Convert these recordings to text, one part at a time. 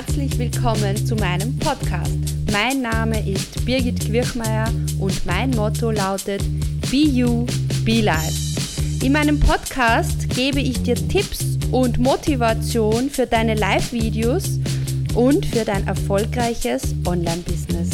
herzlich willkommen zu meinem Podcast. Mein Name ist Birgit Quirchmeier und mein Motto lautet Be You, Be Life. In meinem Podcast gebe ich dir Tipps und Motivation für deine Live-Videos und für dein erfolgreiches Online-Business.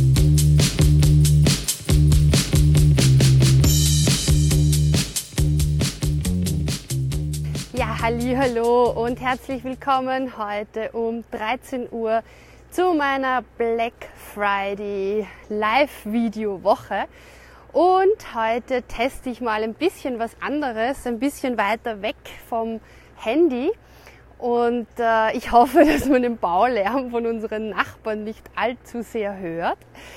Ja, hallo und herzlich willkommen heute um 13 Uhr zu meiner Black Friday Live-Video-Woche. Und heute teste ich mal ein bisschen was anderes, ein bisschen weiter weg vom Handy. Und ich hoffe, dass man den Baulärm von unseren Nachbarn nicht allzu sehr hört.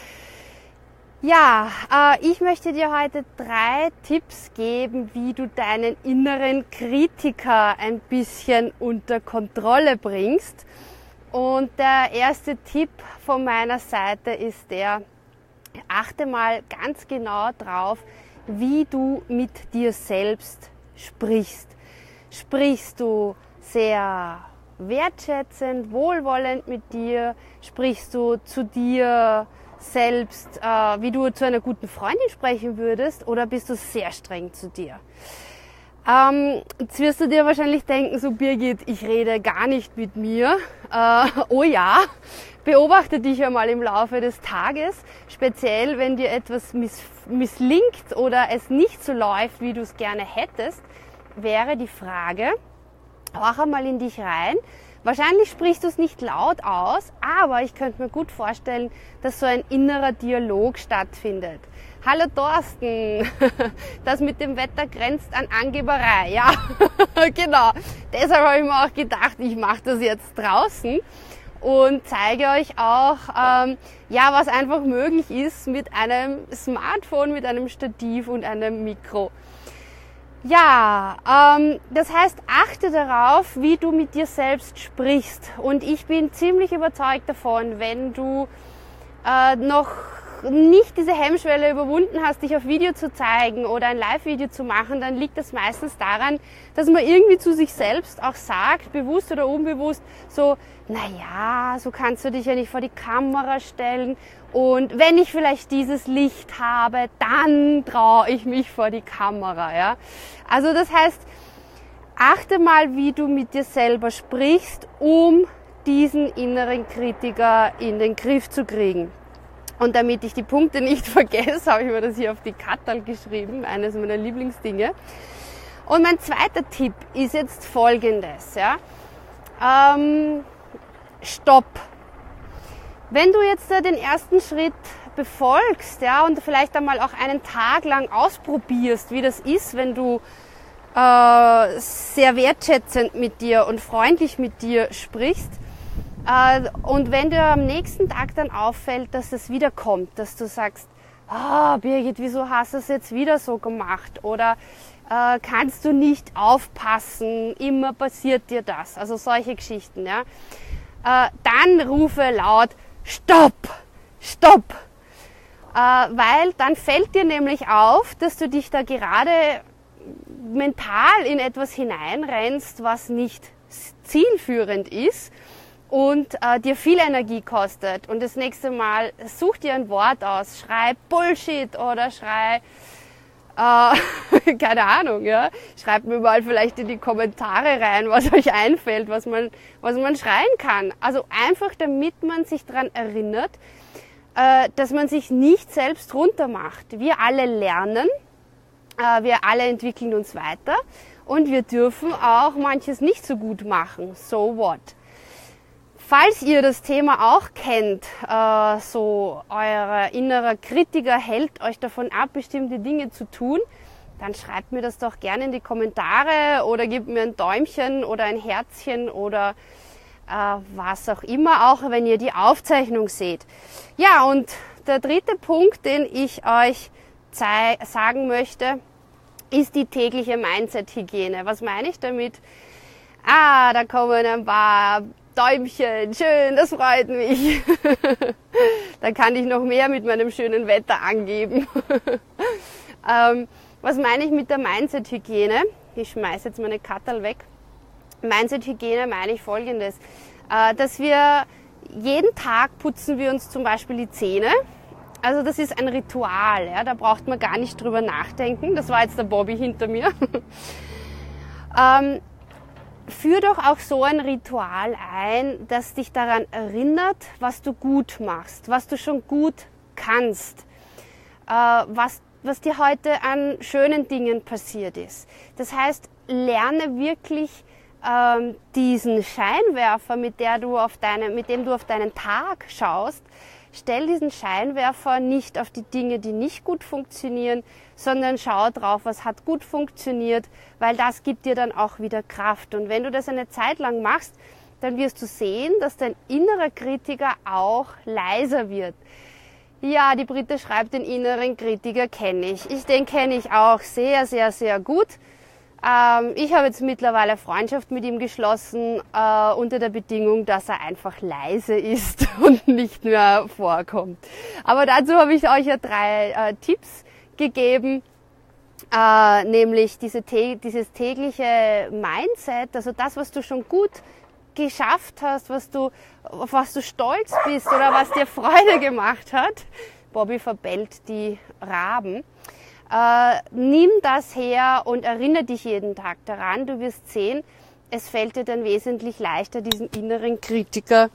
Ja, ich möchte dir heute 3 Tipps geben, wie du deinen inneren Kritiker ein bisschen unter Kontrolle bringst. Und der erste Tipp von meiner Seite ist achte mal ganz genau drauf, wie du mit dir selbst sprichst. Sprichst du sehr wertschätzend, wohlwollend mit dir? Sprichst du zu dir selbst, wie du zu einer guten Freundin sprechen würdest, oder bist du sehr streng zu dir? Jetzt wirst du dir wahrscheinlich denken, so Birgit, ich rede gar nicht mit mir. Oh ja, beobachte dich einmal im Laufe des Tages, speziell wenn dir etwas misslingt oder es nicht so läuft, wie du es gerne hättest, wäre die Frage, hör einmal in dich rein. Wahrscheinlich sprichst du es nicht laut aus, aber ich könnte mir gut vorstellen, dass so ein innerer Dialog stattfindet. Hallo Thorsten, das mit dem Wetter grenzt an Angeberei. Ja, genau. Deshalb habe ich mir auch gedacht, ich mache das jetzt draußen und zeige euch auch, was einfach möglich ist mit einem Smartphone, mit einem Stativ und einem Mikro. Ja, das heißt, achte darauf, wie du mit dir selbst sprichst. Und ich bin ziemlich überzeugt davon, wenn du noch nicht diese Hemmschwelle überwunden hast, dich auf Video zu zeigen oder ein Live-Video zu machen, dann liegt das meistens daran, dass man irgendwie zu sich selbst auch sagt, bewusst oder unbewusst, so, naja, so kannst du dich ja nicht vor die Kamera stellen. Und wenn ich vielleicht dieses Licht habe, dann traue ich mich vor die Kamera. Ja? Also das heißt, achte mal, wie du mit dir selber sprichst, um diesen inneren Kritiker in den Griff zu kriegen. Und damit ich die Punkte nicht vergesse, habe ich mir das hier auf die Kattel geschrieben, eines meiner Lieblingsdinge. Und mein zweiter Tipp ist jetzt folgendes. Ja? Stopp. Wenn du jetzt den ersten Schritt befolgst, ja, und vielleicht einmal auch einen Tag lang ausprobierst, wie das ist, wenn du sehr wertschätzend mit dir und freundlich mit dir sprichst, und wenn dir am nächsten Tag dann auffällt, dass es wieder kommt, dass du sagst, Birgit, wieso hast du es jetzt wieder so gemacht? Oder kannst du nicht aufpassen, immer passiert dir das. Also solche Geschichten, ja. Dann rufe laut, Stopp! Stopp! Weil dann fällt dir nämlich auf, dass du dich da gerade mental in etwas hineinrennst, was nicht zielführend ist und dir viel Energie kostet. Und das nächste Mal such dir ein Wort aus, schrei Bullshit oder schrei keine Ahnung, ja. Schreibt mir mal vielleicht in die Kommentare rein, was euch einfällt, was man schreien kann. Also einfach, damit man sich daran erinnert, dass man sich nicht selbst runtermacht. Wir alle lernen, wir alle entwickeln uns weiter und wir dürfen auch manches nicht so gut machen. So what? Falls ihr das Thema auch kennt, so euer innerer Kritiker hält euch davon ab, bestimmte Dinge zu tun, dann schreibt mir das doch gerne in die Kommentare oder gebt mir ein Däumchen oder ein Herzchen oder was auch immer, auch wenn ihr die Aufzeichnung seht. Ja, und der dritte Punkt, den ich euch sagen möchte, ist die tägliche Mindset-Hygiene. Was meine ich damit? Da kommen ein paar Däumchen, schön, das freut mich. Dann kann ich noch mehr mit meinem schönen Wetter angeben. Was meine ich mit der Mindset-Hygiene? Ich schmeiße jetzt meine Kattel weg. Mindset-Hygiene meine ich Folgendes. dass wir jeden Tag putzen wir uns zum Beispiel die Zähne. Also das ist ein Ritual, ja, da braucht man gar nicht drüber nachdenken. Das war jetzt der Bobby hinter mir. Führ doch auch so ein Ritual ein, das dich daran erinnert, was du gut machst, was du schon gut kannst, was dir heute an schönen Dingen passiert ist. Das heißt, lerne wirklich diesen Scheinwerfer, mit dem du auf deinen Tag schaust. Stell diesen Scheinwerfer nicht auf die Dinge, die nicht gut funktionieren, sondern schau drauf, was hat gut funktioniert, weil das gibt dir dann auch wieder Kraft. Und wenn du das eine Zeit lang machst, dann wirst du sehen, dass dein innerer Kritiker auch leiser wird. Ja, die Britta schreibt, den inneren Kritiker kenne ich. Den kenne ich auch sehr, sehr, sehr gut. Ich habe jetzt mittlerweile Freundschaft mit ihm geschlossen, unter der Bedingung, dass er einfach leise ist und nicht mehr vorkommt. Aber dazu habe ich euch ja 3 Tipps gegeben, nämlich dieses tägliche Mindset, also das, was du schon gut geschafft hast, auf was du stolz bist oder was dir Freude gemacht hat. Bobby verbellt die Raben. Nimm das her und erinnere dich jeden Tag daran. Du wirst sehen, es fällt dir dann wesentlich leichter, diesen inneren Kritiker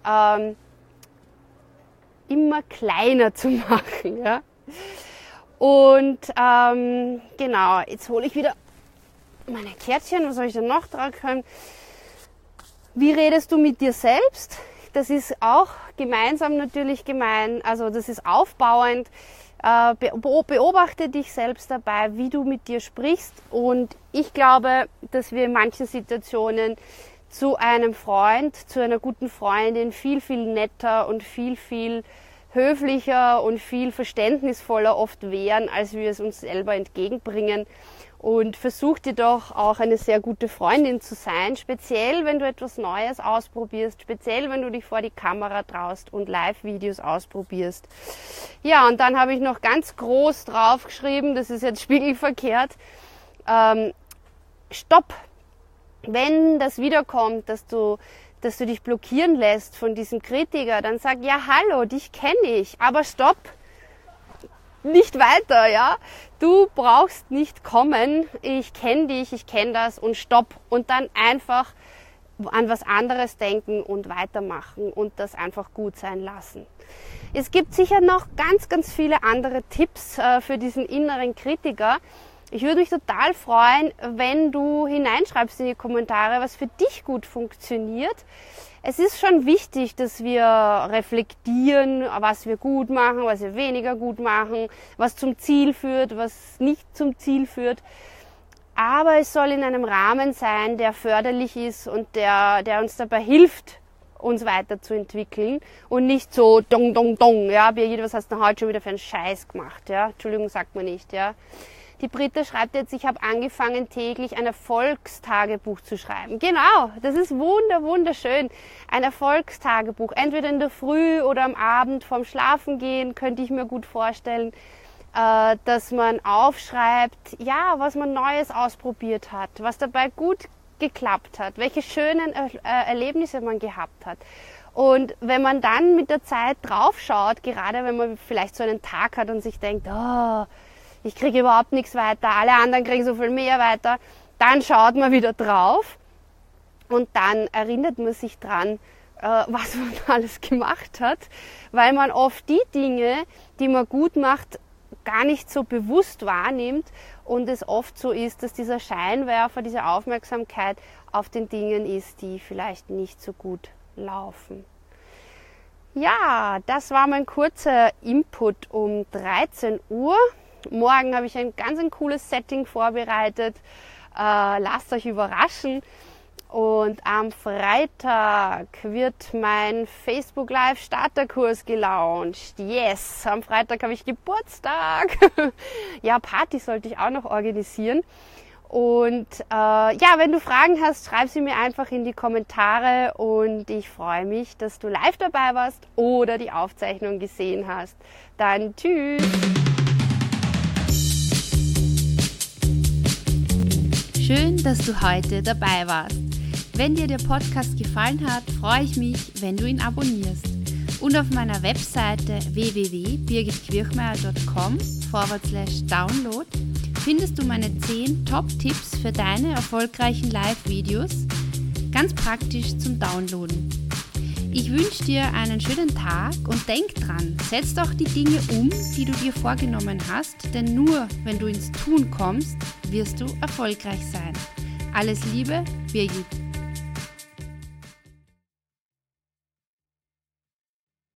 immer kleiner zu machen. Ja? Und genau, jetzt hole ich wieder meine Kärtchen. Was soll ich denn noch drauf können? Wie redest du mit dir selbst? Das ist auch gemeinsam natürlich gemein, also das ist aufbauend. Beobachte dich selbst dabei, wie du mit dir sprichst, und ich glaube, dass wir in manchen Situationen zu einem Freund, zu einer guten Freundin viel, viel netter und viel, viel höflicher und viel verständnisvoller oft wären, als wir es uns selber entgegenbringen. Und versuch dir doch auch eine sehr gute Freundin zu sein, speziell wenn du etwas Neues ausprobierst, speziell wenn du dich vor die Kamera traust und Live-Videos ausprobierst. Ja, und dann habe ich noch ganz groß draufgeschrieben, das ist jetzt spiegelverkehrt, Stopp! Wenn das wiederkommt, dass du dich blockieren lässt von diesem Kritiker, dann sag, ja hallo, dich kenne ich, aber stopp! Nicht weiter, ja. Du brauchst nicht kommen. Ich kenne dich, ich kenne das und stopp. Und dann einfach an was anderes denken und weitermachen und das einfach gut sein lassen. Es gibt sicher noch ganz, ganz viele andere Tipps für diesen inneren Kritiker. Ich würde mich total freuen, wenn du hineinschreibst in die Kommentare, was für dich gut funktioniert. Es ist schon wichtig, dass wir reflektieren, was wir gut machen, was wir weniger gut machen, was zum Ziel führt, was nicht zum Ziel führt. Aber es soll in einem Rahmen sein, der förderlich ist und der uns dabei hilft, uns weiterzuentwickeln und nicht so dong, dong, dong, ja, Birgit, was hast du heute schon wieder für einen Scheiß gemacht, ja, Entschuldigung, sagt man nicht, ja. Die Britta schreibt jetzt, ich habe angefangen, täglich ein Erfolgstagebuch zu schreiben. Genau, das ist wunderschön. Ein Erfolgstagebuch, entweder in der Früh oder am Abend vorm Schlafengehen, könnte ich mir gut vorstellen, dass man aufschreibt, ja, was man Neues ausprobiert hat, was dabei gut geklappt hat, welche schönen Erlebnisse man gehabt hat. Und wenn man dann mit der Zeit draufschaut, gerade wenn man vielleicht so einen Tag hat und sich denkt, oh, ich kriege überhaupt nichts weiter, alle anderen kriegen so viel mehr weiter, dann schaut man wieder drauf und dann erinnert man sich dran, was man alles gemacht hat, weil man oft die Dinge, die man gut macht, gar nicht so bewusst wahrnimmt und es oft so ist, dass dieser Scheinwerfer, diese Aufmerksamkeit auf den Dingen ist, die vielleicht nicht so gut laufen. Ja, das war mein kurzer Input um 13 Uhr. Morgen habe ich ein ganz cooles Setting vorbereitet. Lasst euch überraschen. Und am Freitag wird mein Facebook Live Starterkurs gelauncht. Yes, am Freitag habe ich Geburtstag. Ja, Party sollte ich auch noch organisieren. Und ja, wenn du Fragen hast, schreib sie mir einfach in die Kommentare. Und ich freue mich, dass du live dabei warst oder die Aufzeichnung gesehen hast. Dann tschüss! Schön, dass du heute dabei warst. Wenn dir der Podcast gefallen hat, freue ich mich, wenn du ihn abonnierst. Und auf meiner Webseite www.birgitquirchmeier.com/download findest du meine 10 Top-Tipps für deine erfolgreichen Live-Videos, ganz praktisch zum Downloaden. Ich wünsche dir einen schönen Tag und denk dran, setz doch die Dinge um, die du dir vorgenommen hast, denn nur wenn du ins Tun kommst, wirst du erfolgreich sein. Alles Liebe, Birgit.